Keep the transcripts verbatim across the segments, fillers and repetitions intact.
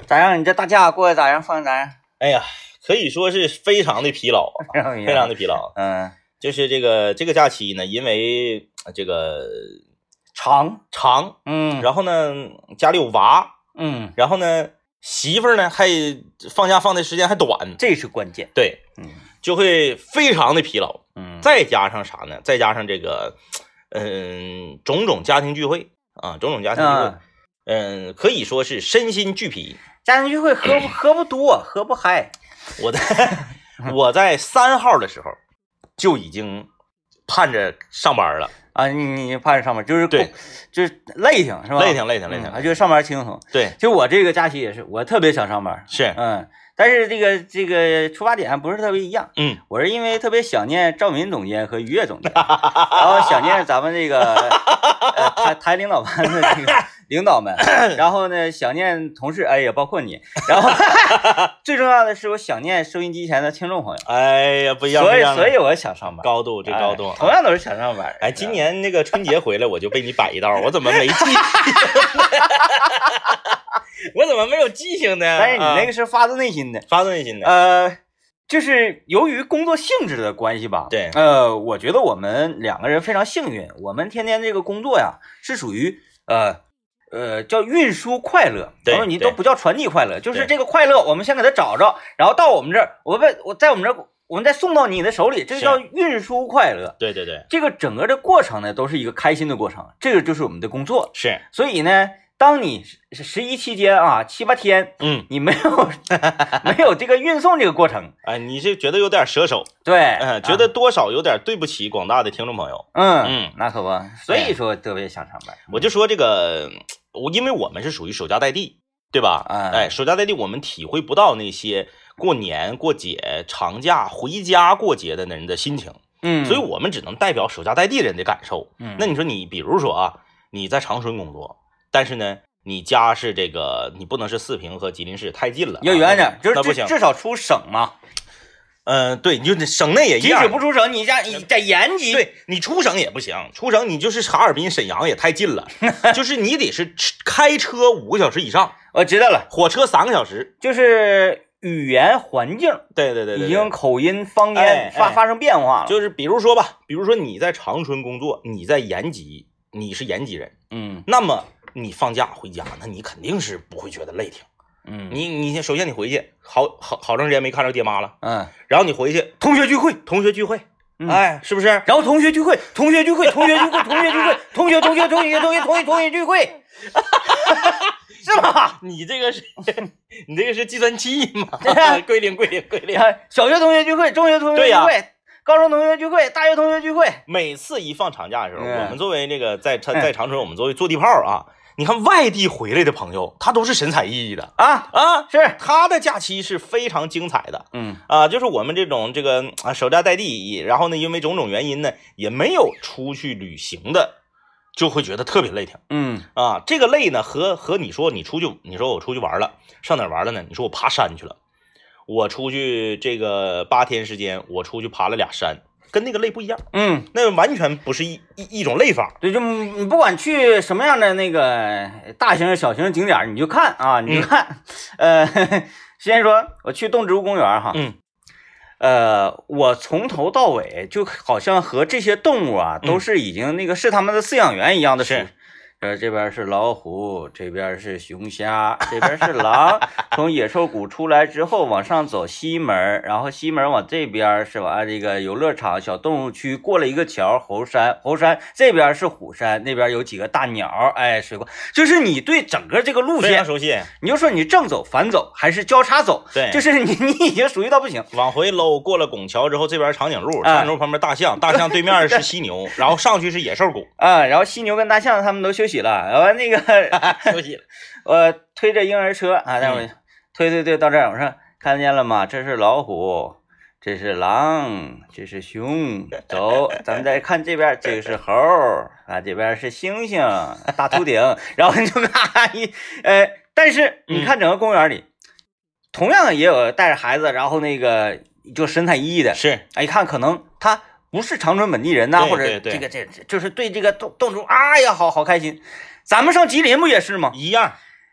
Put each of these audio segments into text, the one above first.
咋样？你这大假过得咋样？放咋样？ 哎呀，可以说是非常的疲劳，非常的疲劳。 嗯， 就是这个这个假期呢，因为这个长长， 嗯， 然后呢家里有娃， 嗯， 然后呢媳妇儿呢还放假放的时间还短， 这是关键。 对， 嗯， 就会非常的疲劳。 嗯， 再加上啥呢？再加上这个，嗯，种种家庭聚会啊，种种家庭聚会，嗯，可以说是身心俱疲。 家庭聚会喝不喝不多，喝不嗨。 我在我在三号的时候就已经盼着上班了啊！你你盼着上班，就是对， 就是累挺是吧？ 累挺累挺累挺， 啊，就是上班轻松。 对， 其实我这个假期也是，我特别想上班， 是嗯，但是这个这个出发点不是特别一样。 嗯， 我是因为特别想念赵敏总监和于越总监，然后想念咱们这个呃台台领导班的这个领导们，然后呢想念同事，哎呀，包括你，然后最重要的是我想念收音机前的听众朋友。 哎呀，不一样， 所以所以我想上班， 高度这高度、 哎，同样都是想上班。 哎，今年那个春节回来我就被你摆一道，我怎么没记？我怎么没有记性呢？ 但是你那个是发自内心的， 啊、发自内心的。 呃，就是由于工作性质的关系吧。 对。 呃，我觉得我们两个人非常幸运，我们天天这个工作呀，是属于呃呃叫运输快乐。 对。 你都不叫传递快乐，就是这个快乐，我们先给它找着，然后到我们这儿，我被我在我们这儿，我们再送到你的手里，这个叫运输快乐。 对对对。 这个整个的过程呢，都是一个开心的过程，这个就是我们的工作。 是。 所以呢。当你十一期间啊七八天， 嗯， 你没有没有这个运送这个过程， 哎，你是觉得有点折手， 对， 嗯，觉得多少有点对不起广大的听众朋友， 嗯嗯，那可不，所以说特别想上班。 我就说这个，我因为我们是属于守家待地，对吧？ 嗯、 哎，守家待地，我们体会不到那些过年过节、长假回家过节的人的心情， 嗯， 所以我们只能代表守家待地人的感受。 嗯， 那你说你比如说啊，你在长春工作。但是呢，你家是这个，你不能是四平和吉林市太近了， 要远点，就是那不行， 至少出省嘛。 嗯、呃，对，你就省内也一样。 即使不出省，你家你在延吉， 对你出省也不行，出省你就是哈尔滨、沈阳也太近了，就是你得是开车五个小时以上。 我知道了， 火车三个小时， 就是语言环境， 对对对对， 已经口音方言、 哎、 发发生变化了。 就是比如说吧，比如说你在长春工作，你在延吉，你是延吉人， 嗯， 那么。你放假回家，那你肯定是不会觉得累挺， 嗯， 你你首先你回去，好好好长时间没看着爹妈了， 嗯， 然后你回去同学聚会，同学聚会， 嗯、 哎，是不是？ 然后同学聚会，同学聚会，同学聚会，同学聚会，同学同学同学同学同学同学聚会，是吧？ 你这个是，你这个是计算器吗？归零归零归零。 小学同学聚会，中学同学聚会。高中同学聚会，大学同学聚会， 每次一放长假的时候， 嗯、 我们作为那个在在长春，我们作为坐地炮啊，你看外地回来的朋友，他都是神采奕奕的啊啊， 是他的假期是非常精彩的， 嗯啊，就是我们这种这个啊守家待地，然后呢，因为种种原因呢，也没有出去旅行的，就会觉得特别累挺， 嗯啊，这个累呢和和你说你出去，你说我出去玩了，上哪儿玩了呢？你说我爬山去了。我出去这个八天时间，我出去爬了俩山，跟那个累不一样。 嗯， 那完全不是一一一种累法。 对，就你不管去什么样的那个大型小型景点，你就看啊，你就看。嗯、呃，先说我去动植物公园哈， 嗯， 呃，我从头到尾就好像和这些动物啊，都是已经那个是他们的饲养员一样的是。 呃，这边是老虎，这边是熊瞎，这边是狼。从野兽谷出来之后，往上走西门，然后西门往这边是吧？这个游乐场、小动物区，过了一个桥，猴山，猴山这边是虎山，那边有几个大鸟，哎，水果，就是你对整个这个路线非常熟悉。 你就说你正走、反走还是交叉走， 对， 就是你你已经熟悉到不行。 往回搂过了拱桥之后，这边长颈鹿，长颈鹿旁边大象，大象对面是犀牛，然后上去是野兽谷啊，然后犀牛跟大象他们都休息了，然后那个休息了， 我推着婴儿车啊，待会儿推推推到这儿，我说看见了吗？这是老虎，这是狼，这是熊，走，咱们再看这边，这个是猴啊，这边是猩猩、大秃顶，然后你就看一呃，但是你看整个公园里，嗯、同样也有带着孩子，然后那个就神采奕奕的， 是， 哎，一看可能他不是长春本地人呐、啊，或者这个这就是对这个动动植物，哎呀，好好开心。咱们上吉林不也是吗？ 一样。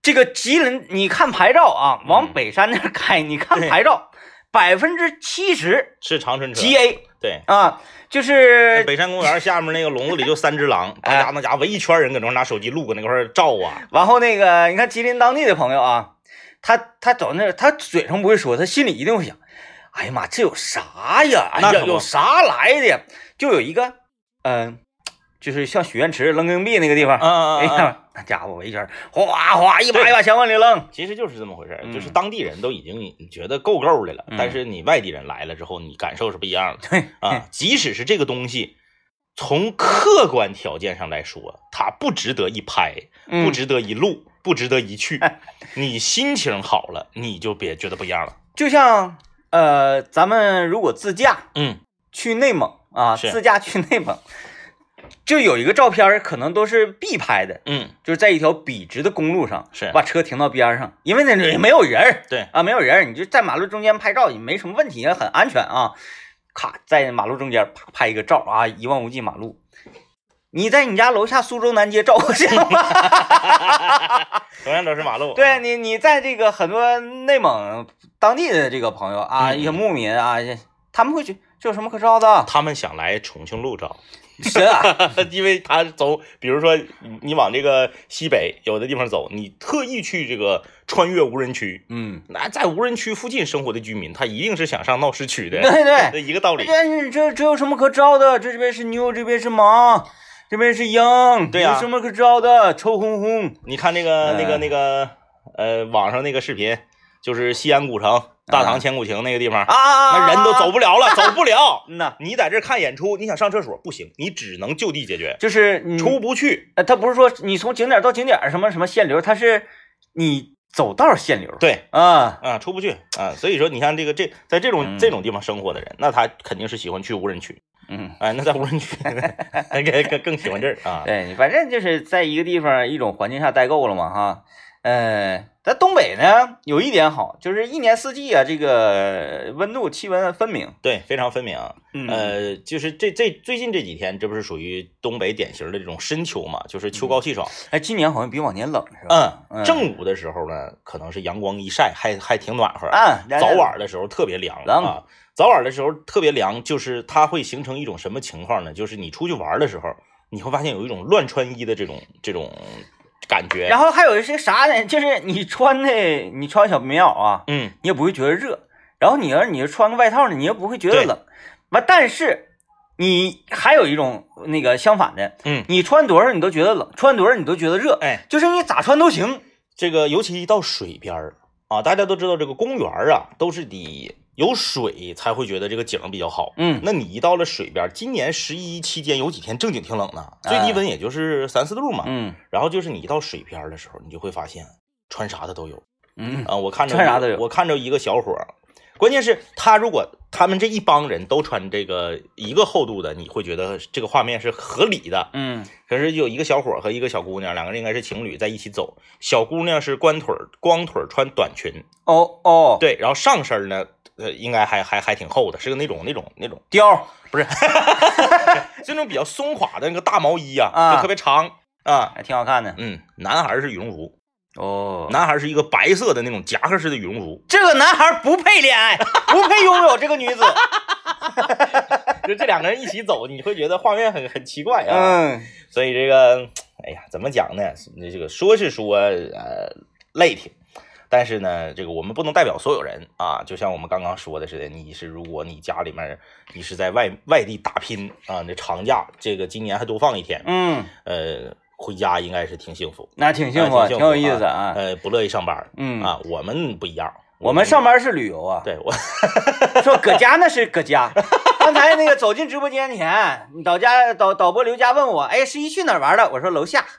这个吉林，你看牌照啊，往北山那儿开，你看牌照，百分之七十是长春车 G A， 对啊，就是北山公园下面那个笼子里就三只狼，大家那家围一圈人搁那拿手机录搁那块儿照啊。 然后那个你看吉林当地的朋友啊，他他走那，他嘴上不会说，他心里一定会想，哎呀妈，这有啥呀？哎呀，有啥来的？就有一个，嗯、呃。就是像许愿池扔硬币那个地方， 嗯哎呀，那家伙围一圈，哗哗一把一把钱往里扔， 其实就是这么回事，就是当地人都已经觉得够够的了，嗯、但是你外地人来了之后，你感受是不一样的。 对啊，即使是这个东西，从客观条件上来说，它不值得一拍，不值得一录，不值得一去。你心情好了，你就别觉得不一样了。 就像呃，咱们如果自驾， 嗯， 去内蒙啊，自驾去内蒙。就有一个照片，可能都是必拍的， 嗯， 就是在一条笔直的公路上， 是把车停到边上，因为那里没有人， 对啊，没有人，你就在马路中间拍照也没什么问题，也很安全啊。咔，在马路中间啪拍一个照啊，一望无际马路。你在你家楼下苏州南街照过相吗？ 同样都是马路。 对你，你在这个很多内蒙当地的这个朋友啊， 嗯、 一些牧民啊，他们会觉得这有什么可照的？ 他们想来重庆路照。 是啊， 因为他走，比如说你往这个西北有的地方走，你特意去这个穿越无人区， 嗯， 那在无人区附近生活的居民，他一定是想上闹市区的， 对对， 这一个道理。 这这这有什么可照的？这边是牛，这边是马，这边是羊， 对呀、 啊，有什么可照的？臭烘烘。 你看那个、嗯、那个那个呃，网上那个视频，就是西安古城。大唐千古情那个地方啊， 那人都走不了了，走不了。 那你在这看演出，你想上厕所不行，你只能就地解决， 就是出不去。 呃，他不是说你从景点到景点什么什么限流，他是你走道限流。 对啊啊，出不去啊。所以说，你看这个这在这种、嗯、这种地方生活的人，那他肯定是喜欢去无人区。 嗯， 哎，那在无人区更更更喜欢这儿啊。 对，反正就是在一个地方一种环境下待够了嘛，哈。呃，在东北呢，有一点好，就是一年四季啊，这个温度气温分明， 对，非常分明。 嗯、 呃，就是这这最近这几天，这不是属于东北典型的这种深秋嘛，就是秋高气爽。 哎，今年好像比往年冷是吧？ 嗯，正午的时候呢，可能是阳光一晒，还还挺暖和。 啊， 早晚的时候特别凉啊，早晚的时候特别凉，就是它会形成一种什么情况呢？就是你出去玩的时候，你会发现有一种乱穿衣的这种这种。感觉， 然后还有一些啥呢？就是你穿的，你穿小棉袄啊， 嗯， 你也不会觉得热。然后你要是你穿个外套呢，你也不会觉得冷。完，但是你还有一种那个相反的， 嗯， 你穿多少你都觉得冷，穿多少你都觉得热， 哎， 就是你咋穿都行。 这个尤其一到水边儿啊，大家都知道这个公园啊，都是得有水才会觉得这个景比较好。 嗯， 那你一到了水边，今年十一期间有几天正经挺冷的，最低温也就是三四度嘛。 嗯， 然后就是你一到水边的时候，你就会发现穿啥的都有。 嗯啊，我看着穿啥都有。 我看着一个小伙，关键是他如果他们这一帮人都穿这个一个厚度的，你会觉得这个画面是合理的。 嗯， 可是有一个小伙和一个小姑娘，两个人应该是情侣在一起走。小姑娘是光腿光腿穿短裙。 哦哦， 对，然后上身呢，呃，应该还还还挺厚的，是个那种那种那种貂， 不是，这种比较松垮的那个大毛衣呀、 啊， 就特别长啊， 还挺好看的。 嗯，男孩是羽绒服。 哦， 男孩是一个白色的那种夹克式的羽绒服。 这个男孩不配恋爱，不配拥有这个女子。 就这两个人一起走，你会觉得画面很很奇怪啊。 嗯， 所以这个，哎呀，怎么讲呢？这个说是说，呃，累挺，但是呢，这个我们不能代表所有人啊。就像我们刚刚说的似的，你是如果你家里面你是在外外地打拼啊，那长假这个今年还多放一天， 嗯， 呃。回家应该是挺幸福， 那挺幸福， 啊、 挺有意思啊。 呃，不乐意上班， 嗯啊，我们不一样， 我们上班是旅游啊。 对，我说搁家那是搁家。刚才那个走进直播间前，导家导导播刘佳问我，哎，十一去哪儿玩了？我说楼下。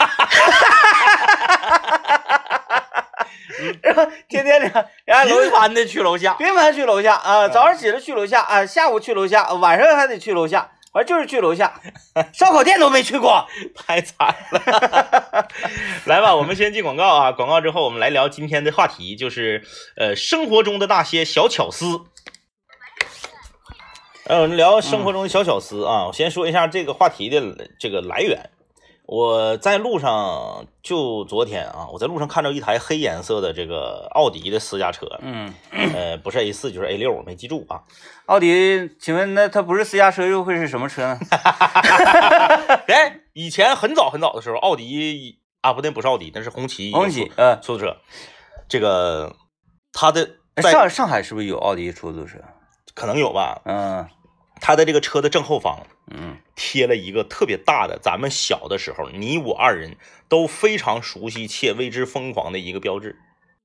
然后天天的，然后频繁的去楼下， 频繁去楼下啊，早上起来去楼下啊，下午去楼下，晚上还得去楼下。完就是去楼下，烧烤店都没去过， 太惨了。来吧，我们先进广告啊，广告之后我们来聊今天的话题，就是呃生活中的那些小巧思。呃，我们聊生活中的小巧思啊，我先说一下这个话题的这个来源。 我在路上，就昨天啊，我在路上看到一台黑颜色的这个奥迪的私家车， 嗯， 呃，不是 A 四就是 A 六，我没记住啊。 奥迪，请问那它不是私家车又会是什么车呢？ 哎，以前很早很早的时候，奥迪啊，不对，不是奥迪，那是红旗， 红旗，呃， 出租车。这个它的上上海是不是有奥迪出租车？ 可能有吧。 嗯， 它的这个车的正后方， 嗯， 贴了一个特别大的，咱们小的时候，你我二人都非常熟悉且为之疯狂的一个标志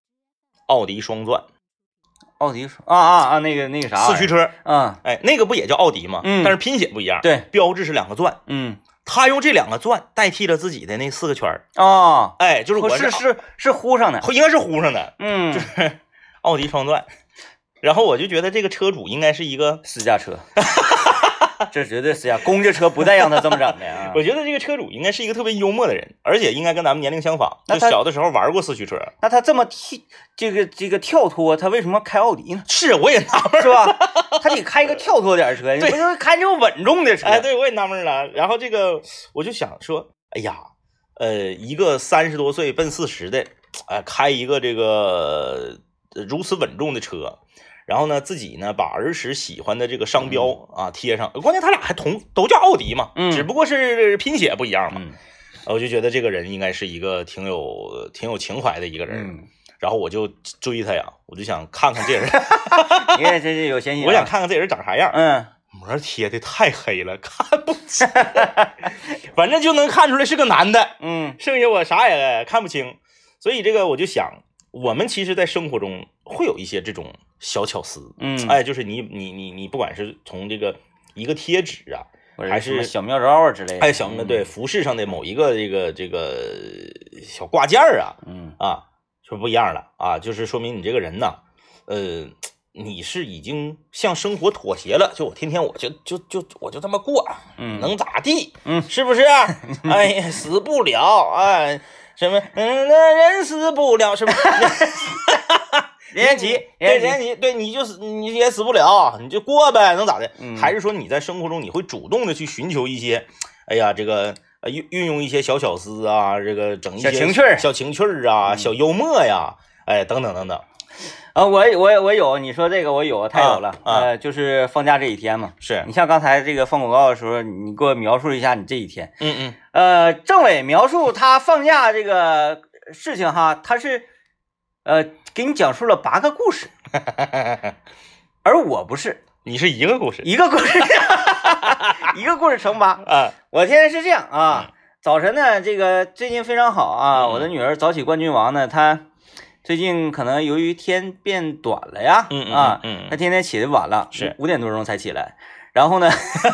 ——奥迪双钻。 奥迪啊啊啊，那个那个啥， 四驱车， 啊， 哎，那个不也叫奥迪吗？ 嗯， 但是拼写不一样。 对， 标志是两个钻。 嗯， 他用这两个钻代替了自己的那四个圈儿。 哦， 哎，就是我是是是糊上的， 应该是糊上的。 嗯， 就是奥迪双钻。然后我就觉得这个车主应该是一个私家车。这绝对私家，公家车不带让他这么整的啊！ 我觉得这个车主应该是一个特别幽默的人，而且应该跟咱们年龄相仿，就小的时候玩过四驱车。 那他这么跳这个这个跳脱，他为什么开奥迪呢？ 是，我也纳闷， 是吧？他得开一个跳脱点车，你不是开这种稳重的车？ 哎，对，我也纳闷了。然后这个我就想说，哎呀，呃，一个三十多岁奔四十的，哎、呃，开一个这个如此稳重的车。然后呢，自己呢把儿时喜欢的这个商标啊贴上，关键他俩还同都叫奥迪嘛， 嗯， 只不过是拼写不一样嘛。 嗯， 我就觉得这个人应该是一个挺有挺有情怀的一个人。 嗯， 然后我就追他呀，我就想看看这人， 你也真是有嫌疑、啊。 我想看看这人长啥样。 嗯， 膜贴的太黑了，看不清，反正就能看出来是个男的。 嗯， 剩下我啥也看不清，所以这个我就想，我们其实在生活中会有一些这种小巧思。 嗯， 哎，就是你你你你不管是从这个一个贴纸啊，还是小妙招啊之类的， 哎，小对服饰上的某一个这个这个小挂件啊， 嗯啊，就不一样了啊，就是说明你这个人呢，呃，你是已经向生活妥协了，就我天天我就就就我就这么过， 嗯， 能咋地？ 嗯， 是不是？哎呀，死不了，哎，什么？嗯，那人死不了，是不是？ 连起， 对连起，对你就是你也死不了，你就过呗，能咋的？ 嗯、 还是说你在生活中你会主动的去寻求一些，哎呀，这个呃运运用一些小巧思啊，这个整一些小情趣儿、 小情趣儿啊、 嗯、 小幽默呀，哎，等等等等。 啊，我我我有，你说这个我有，太有了， 啊、 呃，就是放假这几天嘛。 是你像刚才这个放广告的时候，你给我描述一下你这几天。 嗯嗯。 呃，政委描述他放假这个事情哈，他是呃给你讲述了八个故事，而我不是， 你是一个故事， 一个故事，一个故事乘八啊。 我现在是这样啊，嗯、早晨呢，这个最近非常好啊， 嗯、 我的女儿早起冠军王呢，她。最近可能由于天变短了呀， 嗯啊， 嗯嗯， 他天天起的晚了， 是五点多钟才起来，然后呢，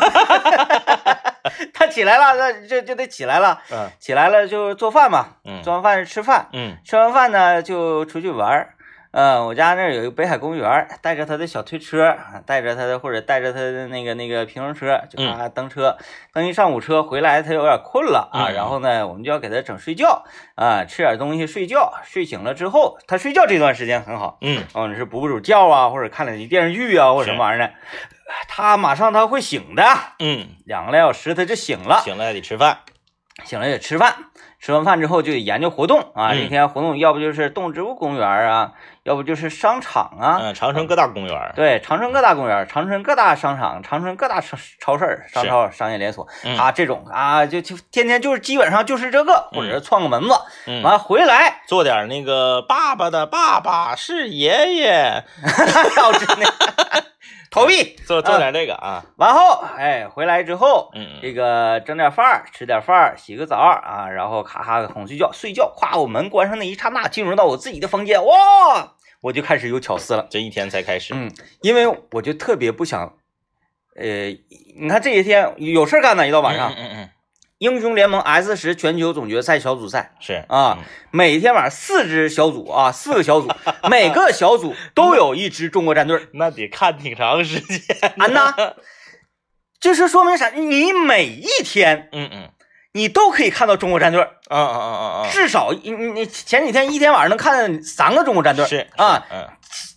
他起来了，那就就得起来了， 嗯， 起来了就做饭嘛， 嗯， 做完饭吃饭， 嗯， 吃完饭呢就出去玩。呃，我家那儿有一个北海公园，带着他的小推车，带着他的或者带着他的那个那个平衡车，就啊蹬车，蹬一上午车回来，他有点困了啊， 嗯、 然后呢，我们就要给他整睡觉啊，吃点东西睡觉，睡醒了之后，他睡觉这段时间很好， 嗯， 哦，你是补补觉啊，或者看了电视剧啊，或者什么玩意儿的，他马上他会醒的， 嗯， 两个来小时他就醒了， 醒了还得吃饭， 醒了得吃饭。吃完饭之后就得研究活动啊， 嗯、 这天活动要不就是动植物公园啊，要不就是商场啊， 嗯，长春各大公园， 对，长春各大公园，长春各大商场，长春各大超超市、商超、商业连锁， 嗯、 啊，这种啊，就就天天就是基本上就是这个，或者是串个门子， 嗯， 完回来做点那个爸爸的爸爸是爷爷， 要真的。投币做做点这个啊， 完后哎回来之后， 嗯， 这个整点饭吃点饭，洗个澡啊，然后咔咔哄睡觉，睡觉，咵我门关上那一刹那，进入到我自己的房间，哇，我就开始有巧思了， 这一天才开始， 嗯，因为我就特别不想，呃，你看这些天有事干呢，一到晚上， 嗯嗯嗯， 英雄联盟 S 十全球总决赛小组赛是啊， 嗯、 每天晚上四支小组啊，四个小组，每个小组都有一支中国战队， 那得看挺长时间啊呐，这是说明啥？你每一天， 嗯嗯， 你都可以看到中国战队， 啊啊啊啊啊， 至少你你前几天一天晚上能看三个中国战队， 是啊， 嗯，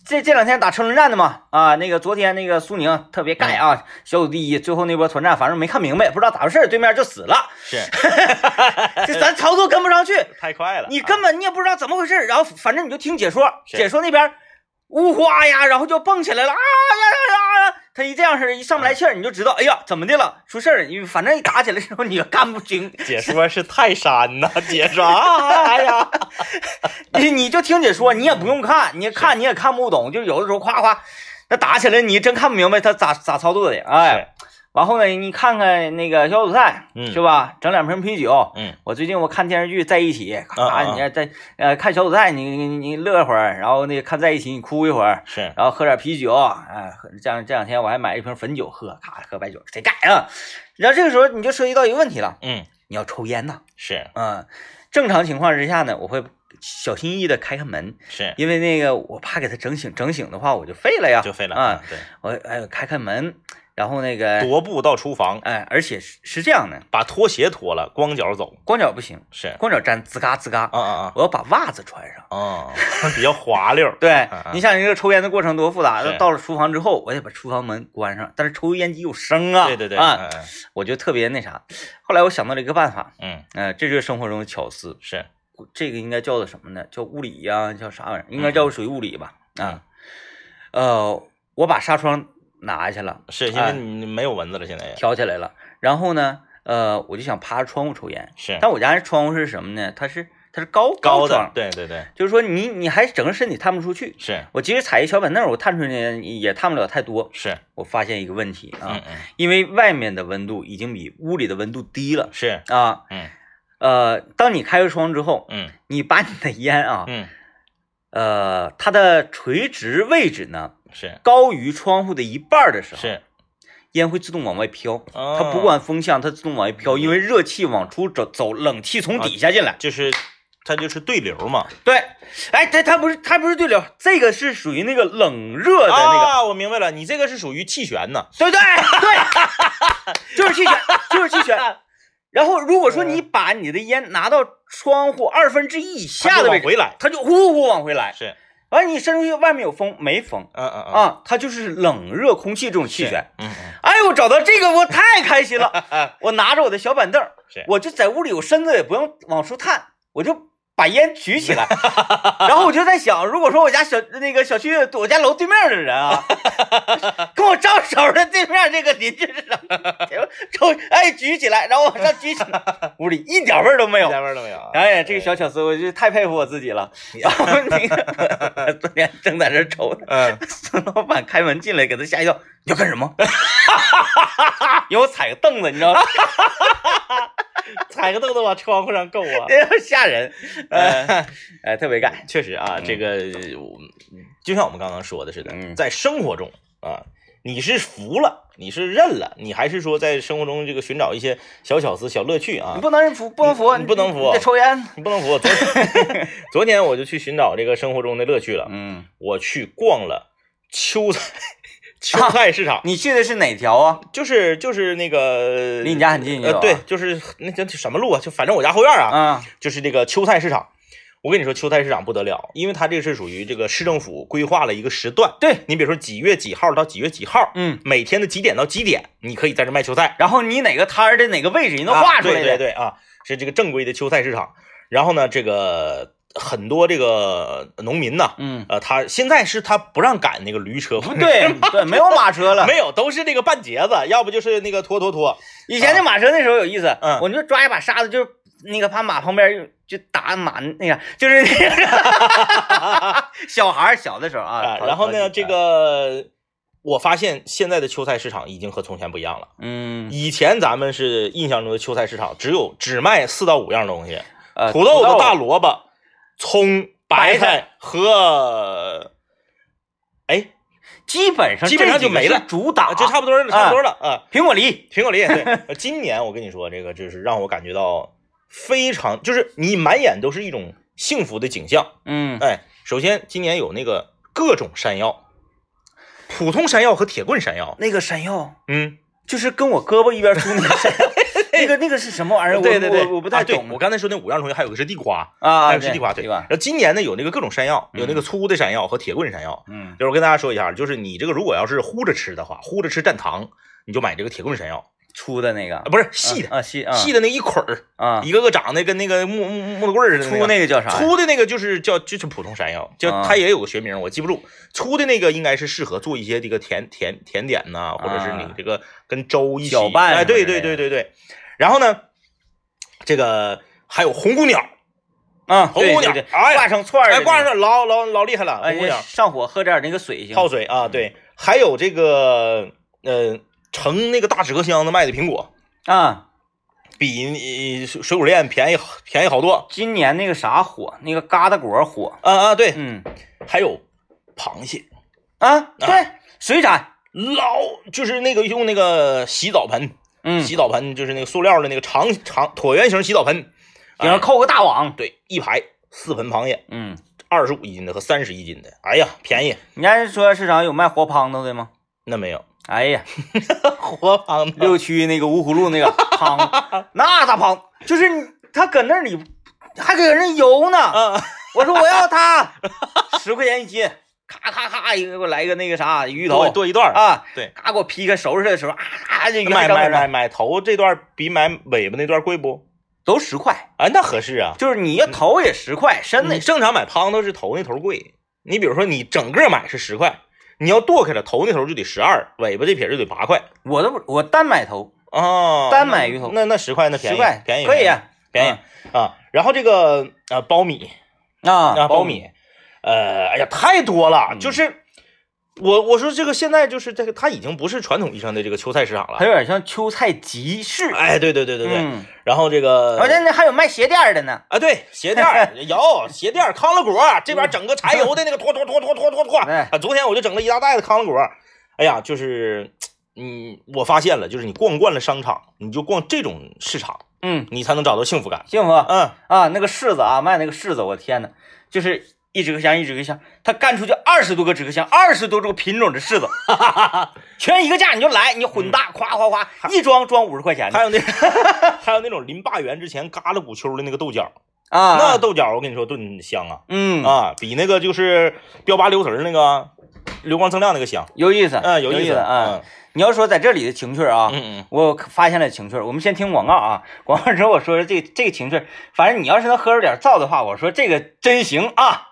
这这两天打车轮战的嘛，啊，那个昨天那个苏宁特别盖啊，小组第一，最后那波团战反正没看明白，不知道咋回事，对面就死了。 是， 这咱操作跟不上去， 太快了， 你根本你也不知道怎么回事，然后反正你就听解说，解说那边呜哗呀，然后就蹦起来了啊呀呀呀！他一这样式一上不来气儿，你就知道，哎呀，怎么的了？出事儿了！你反正一打起来之后，你就干不清。 解说是泰山呐，解说啊，哎呀， 你你就听解说，你也不用看，你看你也看不懂，就有的时候夸夸，那打起来你真看不明白他咋咋操作的，哎。然后呢，你看看那个小组赛， 嗯， 是吧？整两瓶啤酒， 嗯， 我最近我看电视剧在一起，啊，你在呃看小组赛，你你你乐会儿，然后那个看在一起，你哭一会儿， 是， 然后喝点啤酒，哎，这样这两天我还买一瓶汾酒喝，咔喝白酒，谁干啊？然后这个时候你就涉及到一个问题了， 嗯， 你要抽烟呐， 是， 嗯，正常情况之下呢，我会小心翼翼的开开门， 是因为那个我怕给他整醒，整醒的话我就废了呀， 就废了啊， 对， 我哎开开门。然后那个踱步到厨房， 哎，而且是是这样的， 把拖鞋脱了，光脚走， 光脚不行， 是光脚沾吱嘎吱嘎， 啊啊啊！ 我要把袜子穿上， 哦，比较滑溜。 对， 啊啊你想你这个抽烟的过程多复杂，到了厨房之后，我得把厨房门关上，但是抽油烟机有声啊， 对对对， 啊， 嗯、 我就特别那啥。后来我想到了一个办法， 嗯， 呃，这就是生活中的巧思， 是这个应该叫做什么呢？叫物理呀、啊，叫啥玩意儿？应该叫属于物理吧？ 嗯、 啊，呃，我把纱窗拿下了， 是因为你没有蚊子了，现在也挑起来了。然后呢，呃，我就想趴着窗户抽烟。 是， 但我家窗户是什么呢？它是它是高高的， 对对对， 就是说你你还整个身体探不出去。 是我即使踩一小板凳，我探出去也探不了太多。 是我发现一个问题啊， 嗯嗯， 因为外面的温度已经比屋里的温度低了。 是啊， 嗯呃，当你开个窗之后， 嗯， 你把你的烟啊， 嗯， 呃，它的垂直位置呢是高于窗户的一半的时候， 是。 烟会自动往外飘， 哦、 它不管风向，它自动往外飘，因为热气往出走，走冷气从底下进来， 啊、就是它就是对流嘛。 对，哎，它它不是它不是对流，这个是属于那个冷热的那个。 啊，我明白了，你这个是属于气旋呢。 对对对，就是气旋，就是气旋。然后如果说你把你的烟拿到窗户二分之一以下的位置， 回来， 它就呼呼往回来。 是。 完了，你伸出去，外面有风没风？ 嗯嗯嗯啊，它就是冷热空气这种气旋。 嗯嗯。 哎呦，我找到这个，我太开心了！我拿着我的小板凳，我就在屋里，我身子也不用往出探，我就把烟举起来。然后我就在想，如果说我家小那个小区，我家楼对面的人啊，跟我招手的对面这个邻居是什么？抽哎举起来，然后往上举起来，屋里一点味儿都没有， 一点味儿都没有。 哎呀，这个小巧思，我就太佩服我自己了。然后那个昨天正在这抽呢， 嗯， 孙老板开门进来，给他吓一跳，你要干什么？因为我踩个凳子，你知道吗？ 踩个凳子往窗户上够啊， 吓人。呃，哎，特别干， 确实啊， 嗯、 这个就像我们刚刚说的似的， 嗯、 在生活中啊，你是服了，你是认了，你还是说在生活中这个寻找一些小巧思、小乐趣啊？ 你不能服，不能服， 你不能服， 你得抽烟， 你不能服。昨天，昨天我就去寻找这个生活中的乐趣了。 嗯， 我去逛了秋菜。秋菜市场、啊， 你去的是哪条啊？ 就是就是那个离你家很近， 呃，对，就是那叫什么路啊？就反正我家后院啊， 啊， 就是这个秋菜市场。我跟你说，秋菜市场不得了，因为它这个是属于这个市政府规划了一个时段。 对， 你比如说几月几号到几月几号， 嗯， 每天的几点到几点，你可以在这卖秋菜。 然后你哪个摊儿的哪个位置，你能画出来的。 啊、对对对啊，是这个正规的秋菜市场。然后呢，这个。很多这个农民呐， 嗯， 呃，他现在是他不让赶那个驴车， 对对，没有马车了， 没有，都是这个半截子，要不就是那个拖拖拖。 以前那马车那时候有意思， 嗯， 我就抓一把沙子，就是那个把马旁边就打马那个，就是那个小孩小的时候啊。 然后呢，这个我发现现在的秋菜市场已经和从前不一样了。 嗯， 以前咱们是印象中的秋菜市场，只有只卖四到五样东西， 呃， 土豆子、大萝卜。葱、白菜和，哎， 基本上基本上就没了， 主打就差不多了，差不多了啊。 苹果梨， 苹果梨，对。今年我跟你说，这个就是让我感觉到非常，就是你满眼都是一种幸福的景象。 嗯， 哎，首先今年有那个各种山药，普通山药和铁棍山药。 那个山药， 嗯， 就是跟我胳膊一边粗那个山药。 那个那个是什么玩意儿？ 对对对， 我我不太懂、 啊。对，我刚才说那五样东西，还有个是地瓜啊， 还有是地瓜。对， 对吧？ 然后今年呢有那个各种山药，有那个粗的山药和铁棍山药。 嗯， 就是我跟大家说一下，就是你这个如果要是烀着吃的话，烀着吃蘸糖，你就买这个铁棍山药。 粗的那个、 啊、不是细的啊，细啊， 细的那一捆儿啊， 一个个长得跟那个木木木头棍似的、那个。 粗那个叫啥？ 粗的那个就是叫就是普通山药，叫、啊、它也有个学名，我记不住。粗的那个应该是适合做一些这个甜甜甜点呐、啊，或者是你这个跟粥一起搅拌。 哎，对对对对对。然后呢，这个还有红姑娘啊， 红姑娘， 对对对哎，挂上串儿、 哎，挂上老老老厉害了，红姑娘、 哎、上火喝点那个水行， 泡水啊，对。还有这个呃，盛那个大纸壳箱子卖的苹果。 啊， 比水果链便宜便宜好多。 今年那个啥火，那个疙瘩果火。 啊啊，对， 嗯， 还有螃蟹啊，对，啊、水产老就是那个用那个洗澡盆， 嗯， 洗澡盆就是那个塑料的那个长长椭圆形洗澡盆， 顶上扣个大网， 哎、对，一排四盆螃蟹， 嗯， 二十五一斤的和三十一斤的，哎呀，便宜。 你家说市场有卖活胖头的吗？ 那没有。 哎呀， 活胖六区那个芜湖路那个胖，那大胖，就是他搁那里还给人游呢。 啊、 我说我要它，十块钱一斤，咔咔咔一个给我来一个那个啥鱼头， 剁一段啊， 对， 咔给我劈开收拾的时候啊啊，这鱼买买买买头这段比买尾巴那段贵不？ 都十块， 哎，那合适啊。 就是你要头也十块，身子正常买胖头是头那头贵，你比如说你整个买是十块。你要剁开了，头那头就得十二，尾巴这撇就得八块。 我都我单买头哦， 单买鱼头， 那那十块那便宜， 十块便宜可以啊， 便宜、嗯、啊。然后这个呃苞米啊啊苞米，呃，哎呀太多了， 嗯、 就是我我说这个现在就是这个它已经不是传统意义上的这个秋菜市场了， 它有点像秋菜集市。 哎，对对对对对。 嗯、 然后这个， 我这那还有卖鞋垫的呢。 啊，对，鞋垫有鞋垫，康乐果这边整个柴油的那个拖拖拖拖拖拖拖啊！昨天我就整了一大袋子康乐果。哎呀，就是嗯，我发现了，就是你逛惯了商场，你就逛这种市场， 嗯， 你才能找到幸福感。 幸福， 嗯啊，那个柿子啊，卖那个柿子，我天呐，就是一纸壳箱一纸壳箱，他干出去二十多个纸壳箱，二十多种品种的柿子，全一个价，你就来，你混搭，夸夸夸，一装装五十块钱。 还有那还有那种临坝园之前嘎了古丘的那个豆角啊， 那豆角我跟你说炖香啊， 嗯啊，比那个就是标八溜丝那个流光锃亮那个香， 有意思， 嗯，有意思啊。你要说在这里的情趣啊， 嗯嗯， 我发现了情趣。我们先听广告啊，广告之后我说这这个情趣，反正你要是能喝出点燥的话，我说这个真行啊。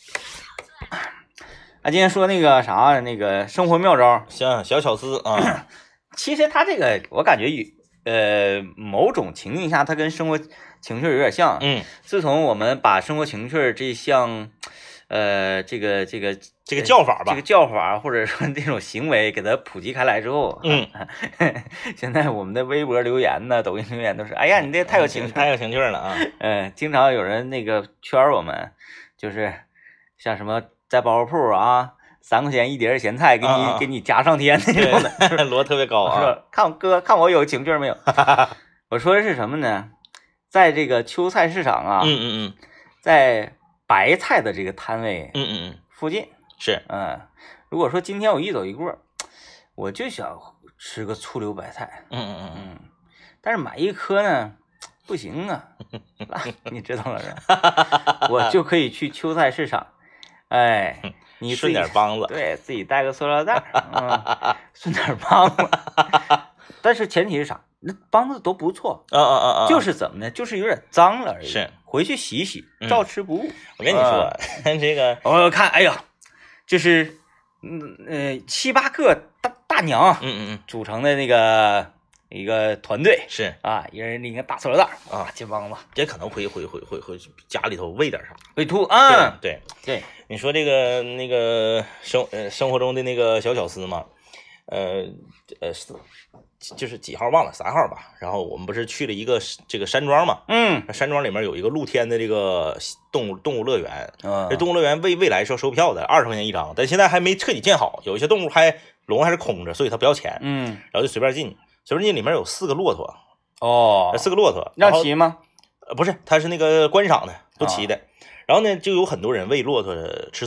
啊，今天说那个啥，那个生活妙招， 像小巧思啊。 其实他这个我感觉与呃某种情境下，它跟生活情趣有点像。 嗯， 自从我们把生活情趣这项，呃，这个这个这个叫法吧， 这个叫法或者说这种行为给它普及开来之后， 嗯， 现在我们的微博留言呢、抖音留言都是，哎呀，你这太有情趣， 太有情趣了啊。 嗯，经常有人那个圈我们，就是像什么。在包铺啊，三块钱一碟咸菜，给你、 啊、 给你加上天那种的， 摞特别高啊。 说看哥，看我有情趣没有？我说的是什么呢？在这个秋菜市场啊， 嗯嗯嗯， 在白菜的这个摊位， 嗯嗯嗯， 附近是， 嗯，如果说今天我一走一过，我就想吃个醋溜白菜， 嗯嗯嗯嗯，但是买一颗呢不行啊，你知道了是吧？我就可以去秋菜市场。哎，你顺点帮子， 对自己带个塑料袋，嗯，顺点帮子。但是前提是啥？那帮子都不错， 啊啊啊啊！ 就是怎么呢？就是有点脏了而已。 是， 回去洗洗，照吃不误。 嗯、我跟你说，嗯、这个我看，哎呀，就是嗯呃七八个大大娘， 嗯嗯嗯， 组成的那个一个团队是啊，一人拎个大塑料袋啊， 金帮子， 也可能回回回回回家里头喂点啥， 喂兔啊， 对对， 你说这个那个生呃生活中的那个小巧思嘛，呃呃是就是几号忘了三号吧，然后我们不是去了一个这个山庄嘛， 嗯， 山庄里面有一个露天的这个动物动物乐园， 嗯， 这动物乐园未未来是要收票的，二十块钱一张，但现在还没彻底建好，有一些动物还笼还是空着，所以它不要钱， 嗯， 然后就随便进。随便进里面有四个骆驼， 哦， 四个骆驼让骑吗？ 呃，不是，它是那个观赏的，都骑的。哦、然后呢，就有很多人喂骆驼吃草，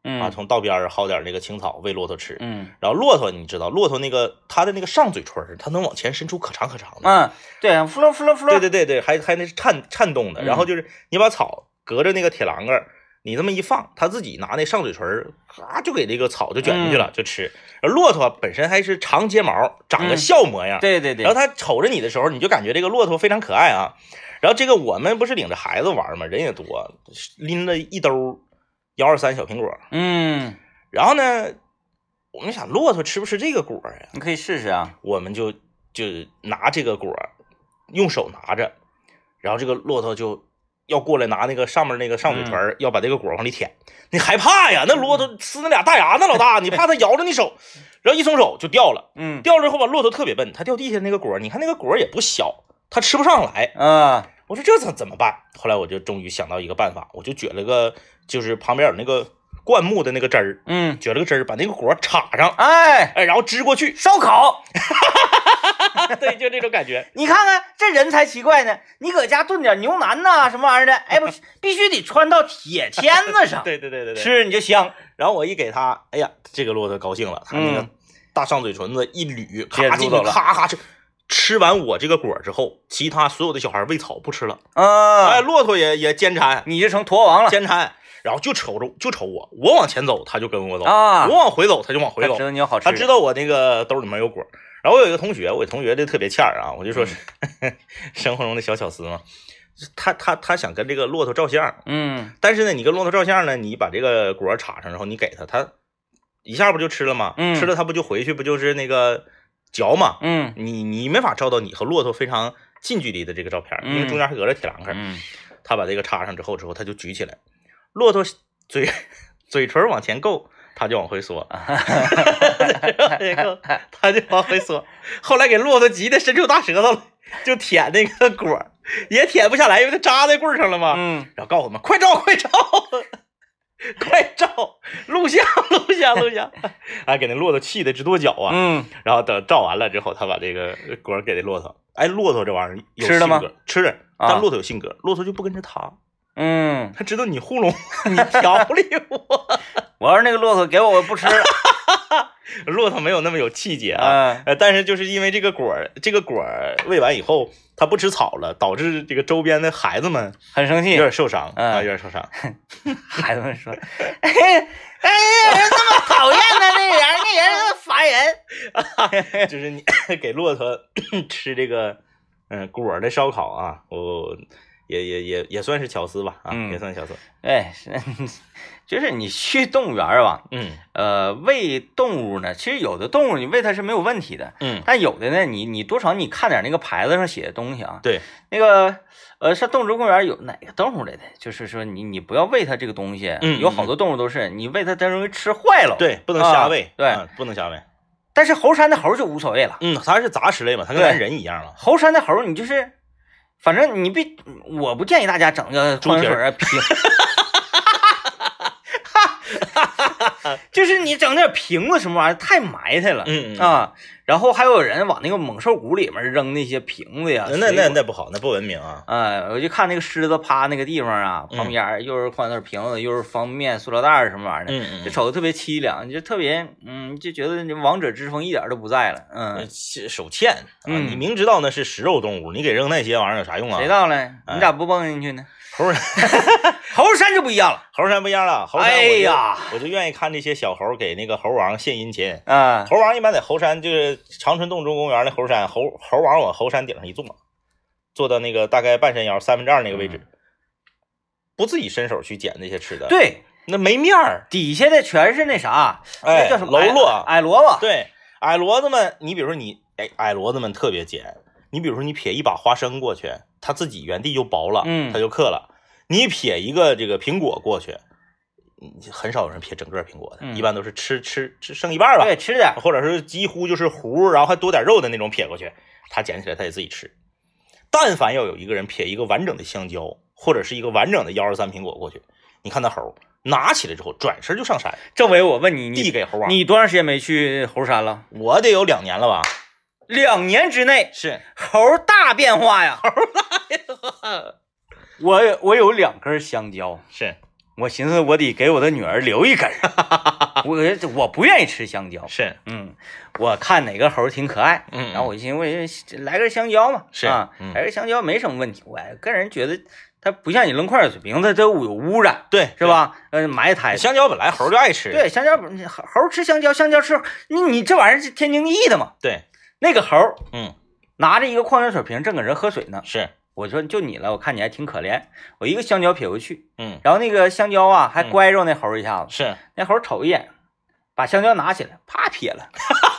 嗯啊，从道边儿薅点那个青草喂骆驼吃。 嗯然后骆驼你知道，骆驼那个它的那个上嘴唇儿，它能往前伸出可长可长的。 嗯，对，呼噜呼噜呼噜， 对对对对，还还那是颤颤动的。 嗯然后就是你把草隔着那个铁栏杆儿，你这么一放，它自己拿那上嘴唇儿，咔就给这个草就卷进去了，就吃。而骆驼本身还是长睫毛，长个嗯笑模样。 对对对， 然后它瞅着你的时候，你就感觉这个骆驼非常可爱啊。然后这个我们不是领着孩子玩嘛，人也多，拎了一兜幺二三小苹果。 嗯， 然后呢，我们想骆驼吃不吃这个果呀？ 你可以试试啊。 我们就就拿这个果，用手拿着，然后这个骆驼就要过来拿那个上面那个上嘴唇、嗯，要把这个果往里舔。你害怕呀？那骆驼呲那俩大牙那老大，你怕它咬着你手，然后一松手就掉了。 嗯， 掉了之后吧，骆驼特别笨，它掉地下那个果，你看那个果也不小，它吃不上来啊。 我说这怎怎么办？后来我就终于想到一个办法，我就撅了个，就是旁边有那个灌木的那个汁儿， 嗯， 撅了个汁儿，把那个果插上， 哎哎，然后支过去烧烤。 对，就这种感觉。 你看看这人才奇怪呢，你搁家炖点牛腩呐什么玩意儿的，哎不，必须得穿到铁签子上。 对对对对对， 吃你就香。 然后我一给他，哎呀，这个骆驼高兴了，他那个大上嘴唇子一捋， 咔进去，咔咔吃。吃完我这个果之后，其他所有的小孩喂草不吃了啊！ 哎，骆驼也也奸馋， 你就成驼王了， 奸馋。然后就瞅着就瞅我，我往前走，他就跟我走啊； 我往回走，他就往回走。 他知道你有好吃， 他知道我那个兜里面有果。然后我有一个同学，我同学的特别欠儿啊，我就说是、嗯、生活中的小巧思嘛。他他他想跟这个骆驼照相， 嗯， 但是呢，你跟骆驼照相呢，你把这个果插上，然后你给他，他一下不就吃了吗？ 嗯， 吃了他不就回去不就是那个嚼嘛？ 嗯， 你你没法照到你和骆驼非常近距离的这个照片，因为中间还隔着铁栏杆。 嗯， 他把这个插上之后，之后他就举起来，骆驼嘴嘴唇往前够。他就往回缩，他就往回缩。后来给骆驼急的伸出大舌头了，就舔那个果，也舔不下来，因为它扎在棍上了嘛。 嗯， 然后告诉我们快照，快照，快照，录像，录像，录像，哎，给那骆驼气的直跺脚啊。 嗯， 然后等照完了之后，他把这个果给那骆驼。哎，骆驼这玩意儿有吃了吗？ 吃了，但骆驼有性格，骆驼就不跟着他。 嗯， 他知道你糊弄，你调理我。 我要是那个骆驼给我，我不吃了。 骆驼没有那么有气节啊，呃，但是就是因为这个果儿，这个果儿喂完以后，它不吃草了，导致这个周边的孩子们很生气， 有点受伤、 嗯、 啊，有点受伤。 孩子们说：“哎哎，人那么讨厌呢，那人那人那么烦人。”就是你给骆驼吃这个嗯、呃、果儿的烧烤啊，我。也也也也算是巧思吧，啊， 嗯、 也算巧思。 哎，是，就是你去动物园吧， 嗯， 呃，喂动物呢，其实有的动物你喂它是没有问题的， 嗯， 但有的呢，你你多少你看点那个牌子上写的东西啊， 对， 那个呃，像动物公园有哪个动物来的，就是说你你不要喂它这个东西， 嗯， 有好多动物都是你喂它，它容易吃坏了， 对，不能瞎喂， 啊、对、 嗯，不能瞎喂。 但是猴山的猴就无所谓了， 嗯，它是杂食类嘛，它跟咱人一样了。 猴山的猴你就是。反正你必，我不建议大家整个矿泉水啊瓶，就是你整点瓶子什么玩意儿太埋汰了， 嗯嗯啊，然后还有人往那个猛兽谷里面扔那些瓶子呀， 那那那不好，那不文明啊！ 啊，我就看那个狮子趴那个地方啊，旁边又是矿泉水瓶子，又是方便面、塑料袋什么玩意儿的， 嗯嗯， 就瞅着特别凄凉，就特别嗯，就觉得王者之风一点都不在了，嗯， 手欠啊！ 嗯、 你明知道那是食肉动物，你给扔那些玩意儿有啥用啊？ 谁到了？你咋不蹦进去呢？ 猴山， 猴山就不一样了， 猴山不一样了。猴山， 哎呀， 我就愿意看这些小猴给那个猴王献殷勤啊。 猴王一般在猴山，就是长春动物公园的猴山，猴猴王往猴山顶上一坐，坐到那个大概半山腰三分之二那个位置， 嗯、 不自己伸手去捡那些吃的， 对， 那没面儿。 底下的全是那啥， 哎， 那叫什么？ 喽啰， 矮萝卜。 对，矮骡子们，你比如说你，哎，矮骡子们特别捡。你比如说你撇一把花生过去，它自己原地就薄了， 嗯， 它就嗑了。你撇一个这个苹果过去，很少有人撇整个苹果的， 嗯、 一般都是吃吃吃剩一半吧， 对，吃点， 或者是几乎就是核，然后还多点肉的那种撇过去，他捡起来他也自己吃。但凡要有一个人撇一个完整的香蕉，或者是一个完整的幺二三苹果过去，你看那猴拿起来之后转身就上山。 政委，我问你， 递给猴王， 你多长时间没去猴山了？ 我得有两年了吧。 两年之内是猴大变化呀， 猴大变化。 我我有两根香蕉， 是我寻思我得给我的女儿留一根我我不愿意吃香蕉， 是， 嗯，我看哪个猴挺可爱， 嗯， 然后我一寻思，我来根香蕉嘛， 是啊， 嗯、 来根香蕉没什么问题。我个人觉得它不像你扔块水瓶，它都有污染， 对， 是吧？呃，埋汰香蕉本来猴就爱吃， 对，香蕉猴猴吃香蕉，香蕉吃你你这玩意儿是天经地义的嘛？ 对， 那个猴， 嗯， 拿着一个矿泉水瓶正搁这喝水呢， 是。 我说就你了，我看你还挺可怜，我一个香蕉撇过去， 嗯， 然后那个香蕉啊还乖着那猴一下子， 嗯、是那猴瞅一眼，把香蕉拿起来，啪撇了，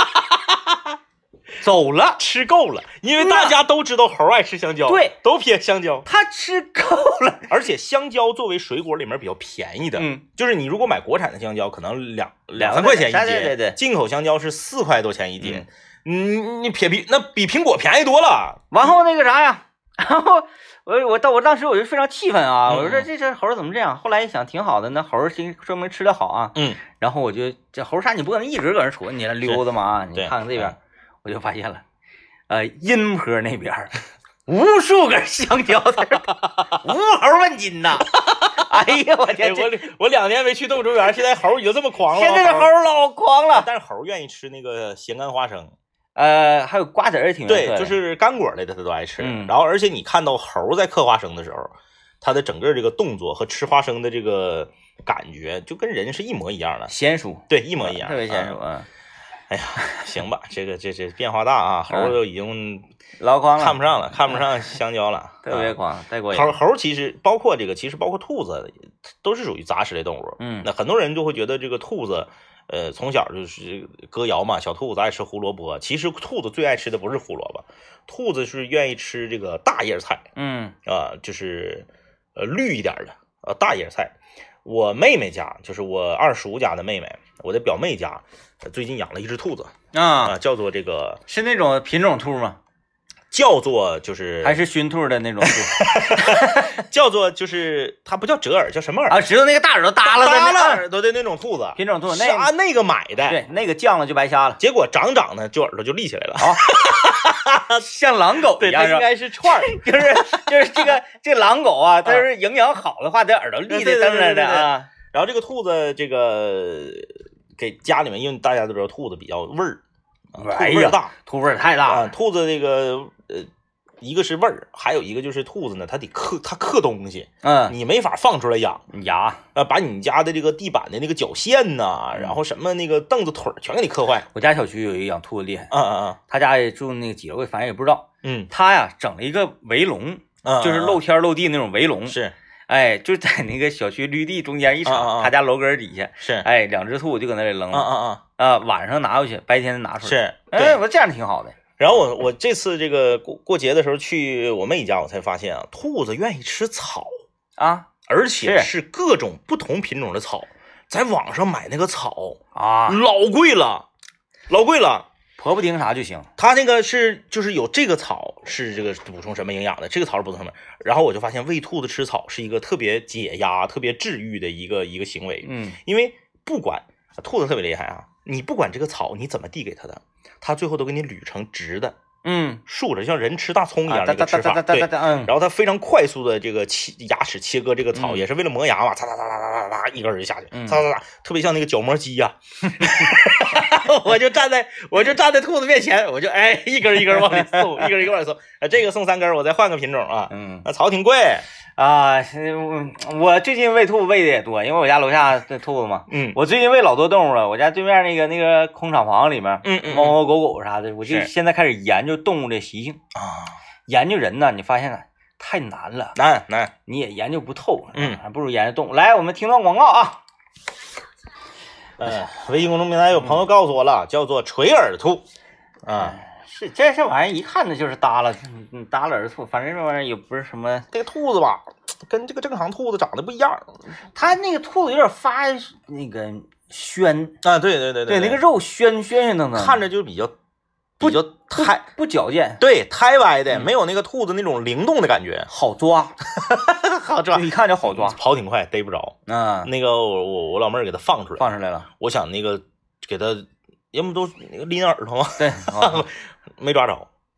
走了， 吃够了，因为大家都知道猴爱吃香蕉， 对， 都撇香蕉， 他吃够了， 而且香蕉作为水果里面比较便宜的， 嗯， 就是你如果买国产的香蕉，可能两两三块钱一斤， 对对对， 进口香蕉是四块多钱一斤，嗯，你撇比那比苹果便宜多了。 然后那个啥呀？然后我我到我当时我就非常气愤啊！我说这这猴怎么这样？后来一想挺好的，那猴是说明吃的好啊。 嗯， 然后我就这猴啥你不可能一直搁那杵，你来溜达嘛？你看看这边，我就发现了，呃，阴坡那边无数根香蕉在这，无猴问津呐！哎呀，我天！ 我我两年没去动物园，现在猴已经这么狂了。 现在这猴老狂了， 但是猴愿意吃那个咸干花生。 呃，还有瓜子儿挺对，就是干果类的，他都爱吃。 嗯、 然后，而且你看到猴在嗑花生的时候，它的整个这个动作和吃花生的这个感觉，就跟人是一模一样的， 娴熟， 对，一模一样， 特别娴熟啊。 哎呀，行吧，这个这这变化大啊，猴都已经老狂了， 看不上了，看不上香蕉了， 特别狂，太过瘾。 猴猴其实包括这个，其实包括兔子，都是属于杂食类动物。 嗯， 那很多人就会觉得这个兔子。呃，从小就是歌谣嘛，小兔子爱吃胡萝卜。其实兔子最爱吃的不是胡萝卜，兔子是愿意吃这个大叶菜， 嗯啊、呃，就是呃绿一点的呃大叶菜。我妹妹家，就是我二叔家的妹妹，我的表妹家，呃、最近养了一只兔子啊、 呃，叫做这个是那种品种兔吗？ 叫做就是还是熏兔的那种兔， 叫做就是它不叫折耳，叫什么耳啊？知道那个大耳朵耷拉的耷拉耳朵的那种兔子， 品种兔， 是按那个买的， 对，那个降了就白瞎了， 结果长长呢就耳朵就立起来了， 啊，像狼狗一样， 对，它应该是串儿， 就是就是这个这个狼狗啊，它是营养好的话，它耳朵立的蹬着的啊。 然后这个兔子这个给家里面，因为大家都知道兔子比较味儿。 哎呀，大，兔味儿太大了、 啊！兔子这个呃，一个是味儿，还有一个就是兔子呢，它得克它克东西， 嗯， 你没法放出来养， 牙啊，把你家的这个地板的那个脚线呐、嗯，然后什么那个凳子腿全给你磕坏。 我家小区有一个养兔子厉害， 嗯嗯嗯， 他家也住那个几楼，反正也不知道， 嗯， 他呀整了一个围笼， 嗯， 就是露天露地那种围笼， 是。 哎，就在那个小区绿地中间一场， 啊啊、 他家楼根底下是， 哎，两只兔就搁那里扔了， 啊啊啊啊，晚上拿回去，白天拿出来， 是， 哎，我这样挺好的。 然后我我这次这个过过节的时候去我妹家，我才发现啊，兔子愿意吃草啊， 而且是各种不同品种的草，在网上买那个草啊， 老贵了，老贵了。 婆婆丁啥就行， 它那个是就是有这个草是这个补充什么营养的，这个草是补充什么，然后我就发现喂兔子吃草是一个特别解压、特别治愈的一个一个行为。 嗯， 因为不管兔子特别厉害啊，你不管这个草你怎么递给它的，它最后都给你捋成直的， 嗯， 竖着，像人吃大葱一样的那个吃法。对， 然后它非常快速的这个切牙齿切割这个草， 嗯、 也是为了磨牙嘛，嚓嚓嚓嚓嚓嚓，一根就下去， 嗯、 嚓嚓嚓，特别像那个角磨机呀、啊。我就站在我就站在兔子面前，我就哎一根一根往里送，一根一根往里送。啊，这个送三根，我再换个品种啊。 嗯， 那草挺贵啊。我我最近喂兔子喂的也多，因为我家楼下这兔子嘛。 嗯， 我最近喂老多动物了。我家对面那个那个空厂房里面， 嗯嗯， 猫猫狗狗啥的，我就现在开始研究动物的习性啊。 研究人呢，你发现了太难了， 难难， 你也研究不透。 嗯， 还不如研究动物。来，我们听段广告啊。 呃，微信公众平台有朋友告诉我了，叫做垂耳兔，啊， 是这这玩意儿一看呢就是耷拉，嗯，耷拉耳兔，反正这玩意儿也不是什么。 这个兔子吧，跟这个正常兔子长得不一样， 它那个兔子有点发那个宣啊，对对对对，那个肉宣宣宣腾腾， 看着就比较比较胎不矫健， 对，胎歪的，没有那个兔子那种灵动的感觉， 好抓， 好抓， 一看就好抓， 跑挺快，逮不着。 啊， 那个我我我老妹儿给它放出来， 放出来了。 我想那个给它，要不都那个拎耳朵吗？ 对， 没抓着。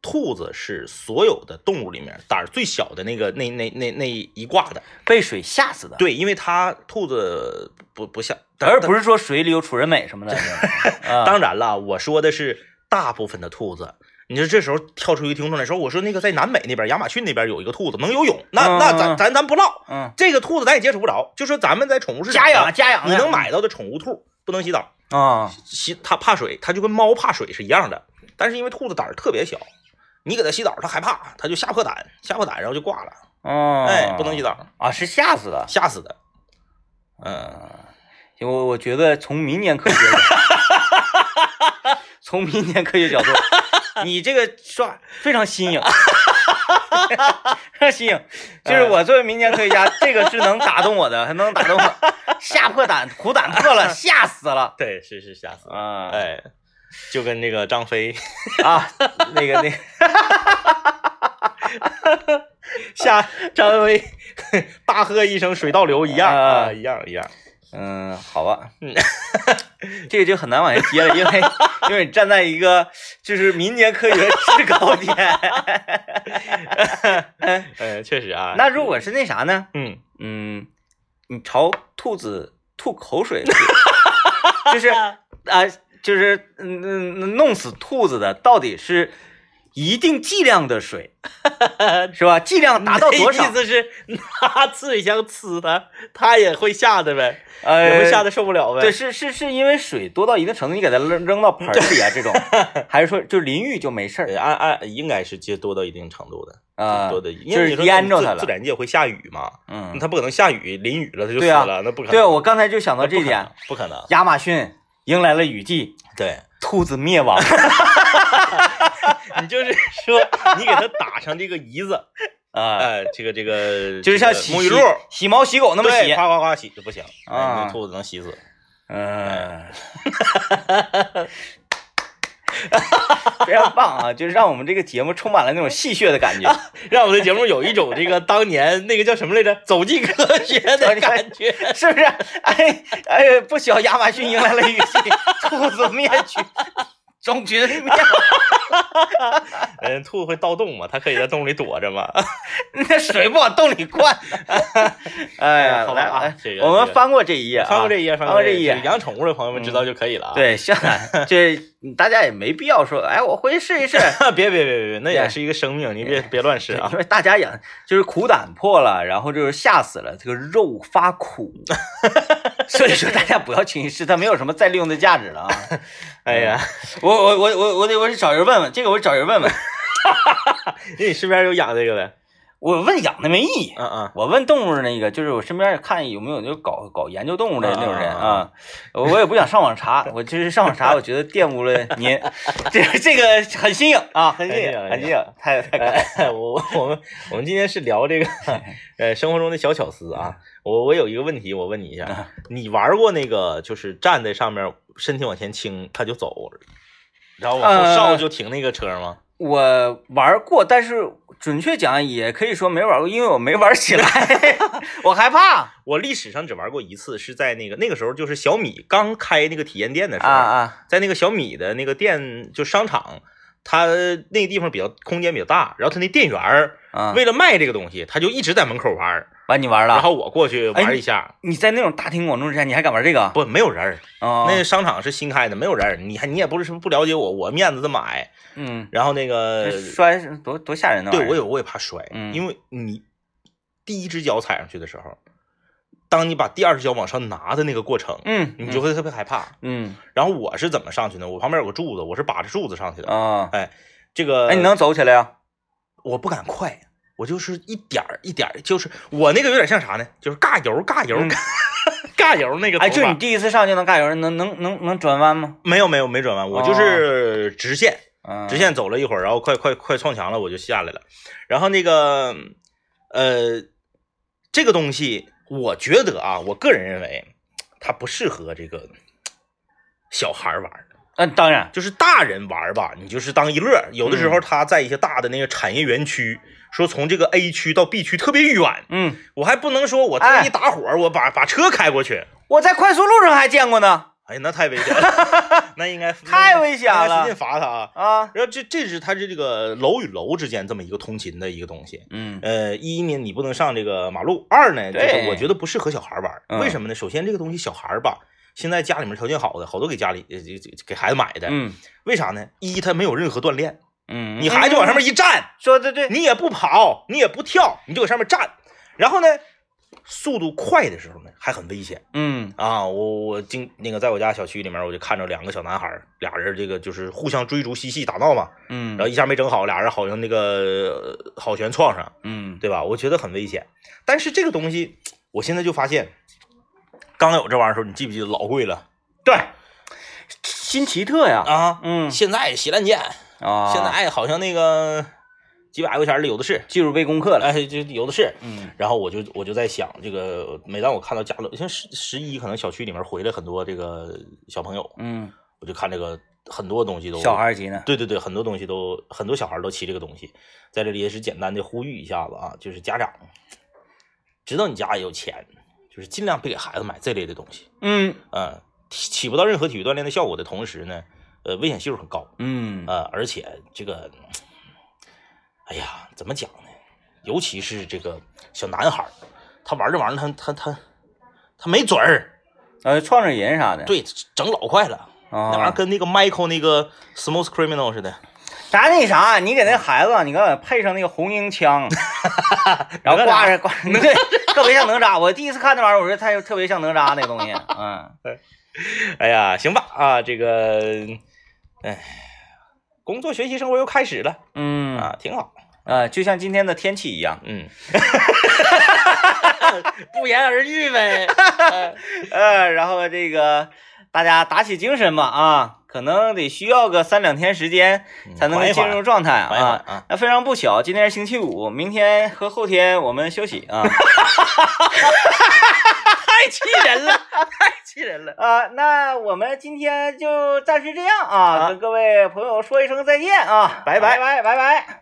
兔子是所有的动物里面胆儿最小的那个那那那那一挂的， 被水吓死的。 对，因为它兔子不不像， 而不是说水里有楚人美什么的。啊、 当然了，我说的是大部分的兔子。你说这时候跳出一个听众来说，我说那个在南美那边亚马逊那边有一个兔子能游泳，那、嗯、那咱咱咱不唠， 嗯， 这个兔子咱也接触不着。就说咱们在宠物市场家养家养， 你能买到的宠物兔不能洗澡啊， 洗它怕水，它就跟猫怕水是一样的。但是因为兔子胆儿特别小，你给它洗澡它害怕，它就吓破胆，吓破胆然后就挂了。 哦， 哎，不能洗澡啊，是吓死的， 吓死的。 嗯，我我觉得从民间科学，从民间科学角度。你这个说非常新颖，非常新颖，就是我作为民间科学家，这个是能打动我的，还能打动我，吓破胆，苦胆破了，吓死了。 对，是是吓死了啊！ 哎，就跟那个张飞啊，那个那个， 吓张飞大喝一声水倒流一样啊，一样一样。 嗯，好吧，嗯，这个就很难往下接了，因为因为你站在一个就是民间科学制高点， 呃，确实啊。 那如果是那啥呢？ 嗯嗯，你朝兔子吐口水，就是啊、呃，就是嗯嗯弄死兔子的到底是一定剂量的水，是吧？剂量达到多少？ 意思是拿刺枪呲它，它也会吓的呗。 呃， 也会吓得受不了呗。 对，是是是因为水多到一定程度，你给它扔扔到盆里啊，这种，还是说就淋浴就没事儿？ 按按应该是接多到一定程度的啊， 多的， 就是淹着它了。 自然界会下雨嘛， 嗯， 它不可能下雨淋雨了它就死了， 啊、 那不可能。 对啊，我刚才就想到这一点， 不可能。 亚马逊迎来了雨季， 对， 兔子灭亡。 你就是说，你给它打上这个胰子。 啊， 哎，这个这个就是像洗沐浴露、 洗毛、洗狗那么洗， 夸夸夸洗就不行啊， 兔子能洗死。 嗯，非常棒啊！就是让我们这个节目充满了那种戏谑的感觉， 让我们的节目有一种这个当年那个叫什么来着，走进科学的感觉， 是不是？哎哎，不小，亚马逊迎来了雨季，兔子灭绝。种群灭亡， 嗯，兔会盗洞嘛？它可以在洞里躲着嘛？ 那水不往洞里灌。哎呀， 好吧啊，这个我们翻过这一页啊， 翻过这一页， 翻过这一页。 养宠物的朋友们知道就可以了啊。 对，像就是大家也没必要说，哎，我回去试一试。 别别别别，那也是一个生命，你别别乱试啊。 因为大家养就是苦胆破了，然后就是吓死了，这个肉发苦，所以说大家不要轻易试，它没有什么再利用的价值了啊。 哎呀， 我我我我我得我得找人问问，这个我找人问问。 你身边有养这个的？ 我问养的没意义。 嗯嗯， 我问动物的那个，就是我身边看有没有就搞搞研究动物的那种人啊。我也不想上网查，我就是上网查，我觉得玷污了您。这这个很新颖啊，很新颖，很新颖，太太可爱。 我我们我们今天是聊这个呃生活中的小巧思啊。我我有一个问题，我问你一下，你玩过那个就是站在上面身体往前倾，它就走，然后往后稍就停那个车吗？ 我玩过，但是准确讲也可以说没玩过，因为我没玩起来，我害怕。 我历史上只玩过一次，是在那个那个时候就是小米刚开那个体验店的时候， 啊啊， 在那个小米的那个店就商场，它那个地方比较空间比较大，然后它那店员儿、 啊、 为了卖这个东西，他就一直在门口玩。 完你玩了， 然后我过去玩一下。 你在那种大庭广众之下，你还敢玩这个？ 不，没有人儿。 哦， 那商场是新开的，没有人儿。你还你也不是不了解我，我面子这么矮。 嗯。 然后那个摔多多吓人的。 对，我有我也怕摔， 嗯， 因为你第一只脚踩上去的时候，当你把第二只脚往上拿的那个过程， 嗯， 你就会特别害怕。 嗯。 然后我是怎么上去呢？我旁边有个柱子，我是把着柱子上去的。 啊、哦。 哎，这个哎，你能走起来呀？ 我不敢快。我就是一点儿一点儿，就是我那个有点像啥呢？就是尬油尬油、嗯、尬油那个。 哎，就你第一次上就能尬油，能能能能转弯吗？ 没有没有没转弯，我就是直线， 哦、 直线走了一会儿，然后快快快撞墙了，我就下来了。然后那个呃，这个东西我觉得啊，我个人认为它不适合这个小孩玩。 嗯，当然， 就是大人玩吧，你就是当一乐。有的时候他在一些大的那个产业园区，嗯、说从这个 A 区到 B 区特别远， 嗯， 我还不能说我特意打火，哎、我把把车开过去。 我在快速路上还见过呢。 哎呀，那太危险了，那应该太危险了， 使劲罚他啊啊！然后这这是它是这个楼与楼之间这么一个通勤的一个东西。 嗯， 呃，一呢你不能上这个马路，二呢对， 我觉得不适合小孩玩。 嗯、 为什么呢？首先这个东西小孩吧，现在家里面条件好的，好多给家里呃给孩子买的。 嗯， 为啥呢？一他没有任何锻炼。 嗯， 你孩子往上面一站， 嗯、说的对， 你也不跑，你也不跳，你就搁上面站，然后呢，速度快的时候呢，还很危险。 嗯啊，我我经那个在我家小区里面，我就看着两个小男孩，俩人这个就是互相追逐嬉戏打闹嘛。 嗯， 然后一下没整好，俩人好像那个好悬撞上， 嗯， 对吧？我觉得很危险。但是这个东西，我现在就发现，刚有这玩意儿的时候，你记不记得老贵了？ 对，新奇特呀。 啊， 嗯， 现在洗烂件啊， 现在好像那个几百块钱的有的是， 技术被攻克了， 哎，就有的是。 嗯， 然后我就我就在想，这个每当我看到家乐，像十十一，可能小区里面回来很多这个小朋友， 嗯， 我就看这个很多东西都小孩骑呢， 对对对，很多东西都很多小孩都骑这个东西，在这里也是简单的呼吁一下子啊，就是家长知道你家有钱，就是尽量别给孩子买这类的东西， 嗯嗯，起起不到任何体育锻炼的效果的同时呢，呃，危险系数很高， 嗯呃，而且这个，哎呀，怎么讲呢？尤其是这个小男孩，他玩这玩意儿，他他他他没准儿， 呃，撞着人啥的， 对，整老快了， 啊、 那玩意儿跟那个 Michael 那个 Smooth Criminal 似的。 咱那啥，你给那孩子，你给他配上那个红缨枪，然后挂着挂着，对，特别像哪吒。我第一次看那玩意儿，我说他特别像哪吒那个东西，嗯。 哎呀，行吧啊，这个，哎，工作、学习、生活又开始了， 嗯啊，挺好。 呃，就像今天的天气一样， 嗯，不言而喻呗。 呃，然后这个大家打起精神吧啊，可能得需要个三两天时间才能进入状态啊。 啊那非常不巧，今天是星期五，明天和后天我们休息啊。 太气人了，太气人了啊！那我们今天就暂时这样啊，跟各位朋友说一声再见啊， 拜拜拜拜拜拜。